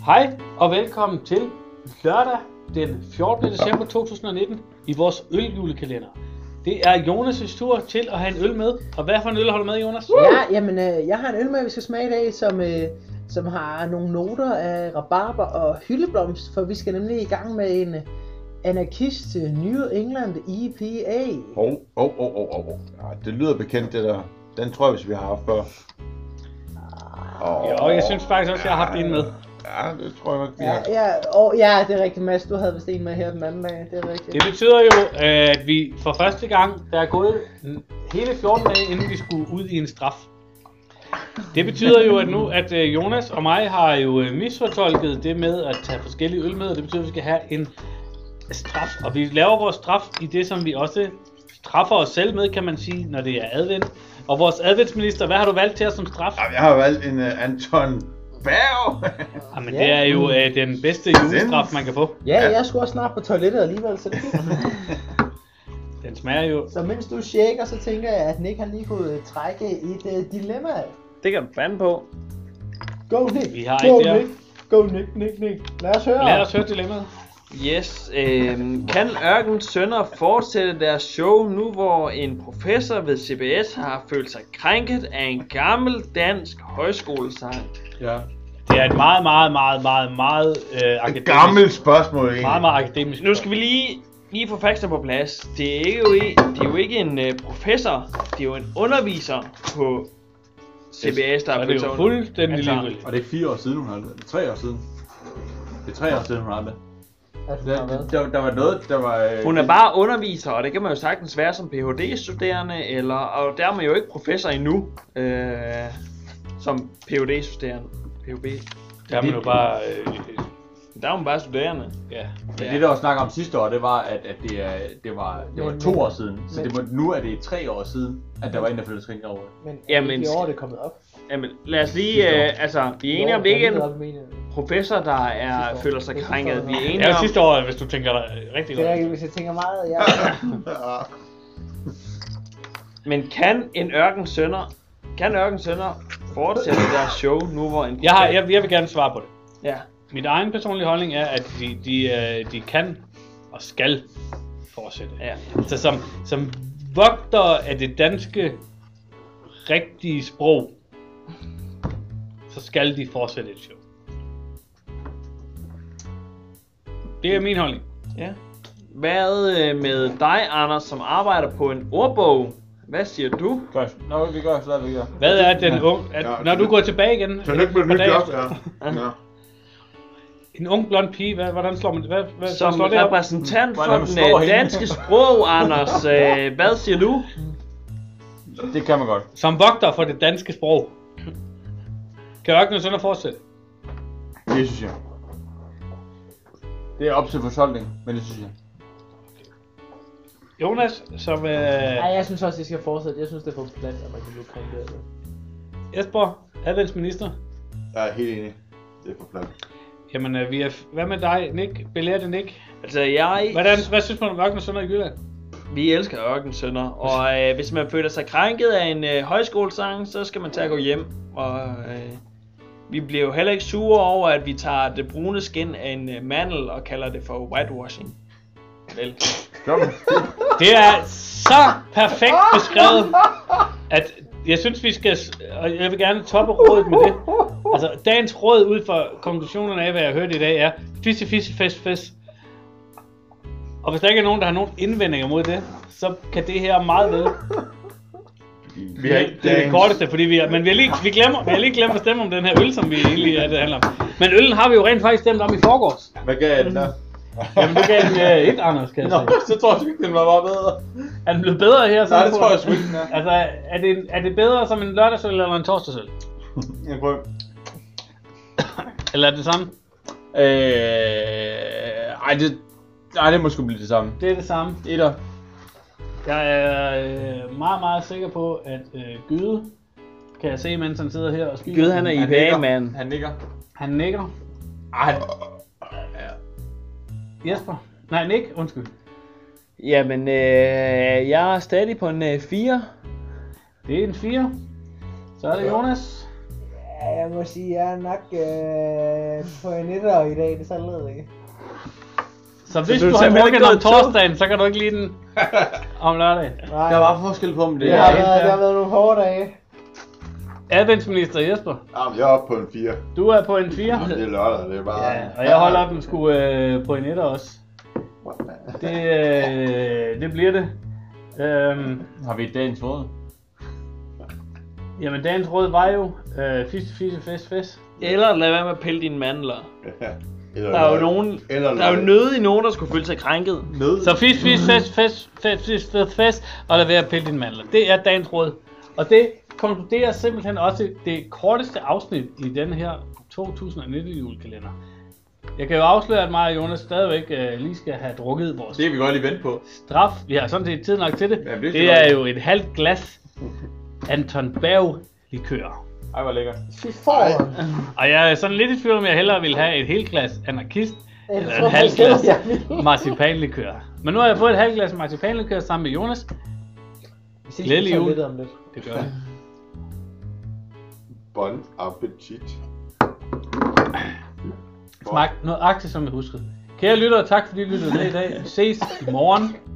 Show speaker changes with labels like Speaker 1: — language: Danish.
Speaker 1: Hej og velkommen til lørdag den 14. december 2019 i vores øljulekalender. Det er Jonas' tur til at have en øl med. Og hvad for en øl har du med, Jonas?
Speaker 2: Ja, jamen jeg har en øl med, vi skal smage i dag, som har nogle noter af rabarber og hyldeblomst, for vi skal nemlig i gang med en anarkist New England IPA.
Speaker 3: Det lyder bekendt, det der. Den tror jeg, hvis vi har haft før.
Speaker 1: Ja, og jeg synes faktisk også, jeg har haft en med.
Speaker 3: Ja, det tror jeg nok, vi har.
Speaker 2: Ja, det er rigtigt, Mads. Du havde vist en med her den anden dag. Det er rigtigt.
Speaker 1: Det betyder jo, at vi for første gang, der er gået hele 14 dage, inden vi skulle ud i en straf. Det betyder jo, at nu, at Jonas og mig har jo misfortolket det med at tage forskellige øl med, og det betyder, at vi skal have en straf. Og vi laver vores straf i det, som vi også straffer os selv med, kan man sige, når det er advent. Og vores adventsminister, hvad har du valgt til os som straf?
Speaker 3: Jeg har valgt en Anton Berg.
Speaker 1: Jamen, det er jo den bedste julestraf, man kan få.
Speaker 2: Ja, jeg skulle også snart på toilettet alligevel, så det er fint.
Speaker 1: Den smager jo...
Speaker 2: Så mens du shaker, så tænker jeg, at Nick han lige kunne trække et dilemma.
Speaker 4: Det kan du bande på.
Speaker 2: Go Nick,
Speaker 1: Vi har
Speaker 2: go
Speaker 1: et der.
Speaker 2: Nick, go Nick. Lad os høre
Speaker 1: dilemmaet.
Speaker 4: Yes, kan Ørkens Sønner fortsætte deres show nu, hvor en professor ved CBS har følt sig krænket af en gammel dansk højskolesang?
Speaker 3: Ja.
Speaker 1: Det er et meget akademisk...
Speaker 3: Gammelt spørgsmål, egentlig.
Speaker 1: Meget akademisk.
Speaker 4: Nu skal vi lige få faxen på plads. Det er jo ikke en professor, det er jo en underviser på CBS, der
Speaker 1: har følt sig
Speaker 4: under.
Speaker 1: fuldstændig ligegyldigt.
Speaker 5: Og det er 4 år siden, hun har det. 3 år siden. Det er 3 år siden, hun har det. Der var noget, der var...
Speaker 4: Hun er bare underviser, og det kan man jo sagtens være som Ph.D.-studerende, og der er man jo ikke professor endnu, som Ph.D.-studerende. Ph.D.
Speaker 1: Der er man jo bare...
Speaker 4: Der er man bare studerende.
Speaker 1: Ja.
Speaker 5: Men det der var snak om sidste år, det var, at det var 2 år siden. Så nu er det 3 år siden, at der var en, der følte sig krænket over det.
Speaker 2: Men i år er det kommet op.
Speaker 4: Jamen, lad os lige, vi er enige om, det ikke er en professor, der føler sig krænket. Vi er enige
Speaker 1: Ja,
Speaker 4: om...
Speaker 1: sidste år, hvis du tænker dig rigtig
Speaker 2: Det er
Speaker 1: godt.
Speaker 2: ikke, hvis jeg tænker meget, ja.
Speaker 4: Men kan Ørkens Sønner fortsætte deres show nu, hvor en...
Speaker 1: Jeg vil gerne svare på det.
Speaker 4: Ja.
Speaker 1: Min egen personlige holdning er, at de kan og skal fortsætte.
Speaker 4: Ja.
Speaker 1: Altså som vogter af det danske rigtige sprog, så skal de fortsætte et show. Det er min holdning.
Speaker 4: Ja. Hvad med dig, Anders, som arbejder på en ordbog? Hvad siger du?
Speaker 5: Nå, vi gør slet ikke.
Speaker 1: Hvad er den unge... Når du går tilbage igen...
Speaker 3: Så det bliver nyt job, ja.
Speaker 1: En ung blond pige, hvordan slår man det? Hvad
Speaker 4: Som
Speaker 1: slår det op?
Speaker 4: repræsentant for
Speaker 5: Hvordan
Speaker 4: den
Speaker 5: slår hende?
Speaker 4: danske sprog, Anders, hvad siger du?
Speaker 5: Det kan man godt.
Speaker 1: Som vogter for det danske sprog. Kan Ørkens Sønner fortsætte?
Speaker 5: Det synes jeg. Det er op til fortolkning, men det synes jeg.
Speaker 1: Jonas, som...
Speaker 2: Nej, jeg synes også, det skal fortsætte. Jeg synes, det er for plads, at man kan blive krænket af det.
Speaker 1: Jesper, adventsminister.
Speaker 3: Jeg er helt enig. Det er for plads.
Speaker 1: Jamen, hvad med dig, Nick? Belærte Nick?
Speaker 4: Altså,
Speaker 1: Hvad synes man om Ørkens Sønner i Jylland?
Speaker 4: Vi elsker Ørkens Sønner, og hvis man føler sig krænket af en højskolesang, så skal man tage at gå hjem. Og vi bliver jo heller ikke sure over, at vi tager det brune skin af en mandel og kalder det for whitewashing. Vel.
Speaker 1: Det er så perfekt beskrevet, at jeg synes, vi skal... Og jeg vil gerne toppe rådet med det. Altså, dagens råd ud fra konklusionerne af, hvad jeg har hørt i dag, er fisse. Og hvis der ikke er nogen, der har nogen indvendinger mod det, så kan det her meget vel.
Speaker 3: Vi har ikke
Speaker 1: Det er det korteste, fordi vi har lige glemt at stemme om den her øl, som vi egentlig det handler om. Men øllen har vi jo rent faktisk stemt om i forgårs.
Speaker 3: Hvad gav jeg den der?
Speaker 1: Jamen, du gav den 1, Anders, kan jeg sige.
Speaker 5: Så tror jeg ikke, den var bare bedre.
Speaker 1: Er den blevet bedre her?
Speaker 5: Nej, det tror jeg sgu ikke, den er.
Speaker 1: Altså, er det bedre som en lørdagsøl eller en torsdagsøl?
Speaker 5: Jeg prøver.
Speaker 1: Eller er det samme?
Speaker 5: Det må sgu blive det samme.
Speaker 1: Det er det samme.
Speaker 5: Etter.
Speaker 1: Jeg er meget sikker på, at Gyde, kan jeg se, mens han sidder her og spiser.
Speaker 4: Gud, han er IPA-mand.
Speaker 5: Han nikker.
Speaker 1: Han nikker. Jesper. Nej, Nick, undskyld.
Speaker 4: Jamen, jeg er stadig på en 4.
Speaker 1: Det er en 4. Så er det Jonas.
Speaker 2: Jeg må sige, jeg er nok på en etter i dag, det er ikke.
Speaker 1: Så hvis
Speaker 4: du
Speaker 1: du har
Speaker 4: simpelthen
Speaker 1: drukket
Speaker 4: ikke
Speaker 1: om
Speaker 4: gået
Speaker 1: torsdagen, så kan du ikke lide den om lørdagen.
Speaker 2: Nej,
Speaker 5: Der var forskel på, om det
Speaker 2: det har været nogle hårde dage.
Speaker 1: Adventsminister Jesper,
Speaker 3: Jamen, jeg er oppe på en 4.
Speaker 1: du er på en 4.
Speaker 3: Jamen, det er lørdag, det er bare...
Speaker 1: Ja, og jeg holder dem sgu på en etter også. Det bliver det.
Speaker 5: Har vi dagens råd?
Speaker 1: Jamen dagens råd var jo fisse.
Speaker 4: Eller lad være med at pille dine mandler.
Speaker 3: Eller
Speaker 4: Der er jo nogen,
Speaker 3: eller
Speaker 4: der er jo nødig nogen, der skulle føle sig krænket.
Speaker 1: Så fest, og lad være at pille dine mandler. Det er dagens råd. Og det konkluderer simpelthen også det korteste afsnit i den her 2019 julekalender. Jeg kan jo afsløre, at mig og Jonas stadigvæk lige skal have drukket vores
Speaker 5: Det kan vi godt lige vente på.
Speaker 1: straf. Vi har sådan set tid nok til det.
Speaker 5: Ja, det
Speaker 1: Det er jo et halvt glas Anton Berg likør.
Speaker 5: Ej, hvor lækkert.
Speaker 2: Fy foran.
Speaker 1: Og jeg er sådan lidt i tvivl om, jeg hellere ville have et helt glas anarkist,
Speaker 2: Jeg
Speaker 1: eller
Speaker 2: tror
Speaker 1: et halvt
Speaker 2: faktisk heller,
Speaker 1: glas
Speaker 2: jeg vil.
Speaker 1: marcipanlikør. Men nu har jeg fået et halvt glas marcipanlikør sammen med Jonas. Glædelig jul.
Speaker 2: Lidt om det.
Speaker 1: Det gør det.
Speaker 3: Bon appetit.
Speaker 1: Smag nøjagtigt som jeg husker. Kære lyttere, tak fordi I lyttede med i dag. Vi ses i morgen.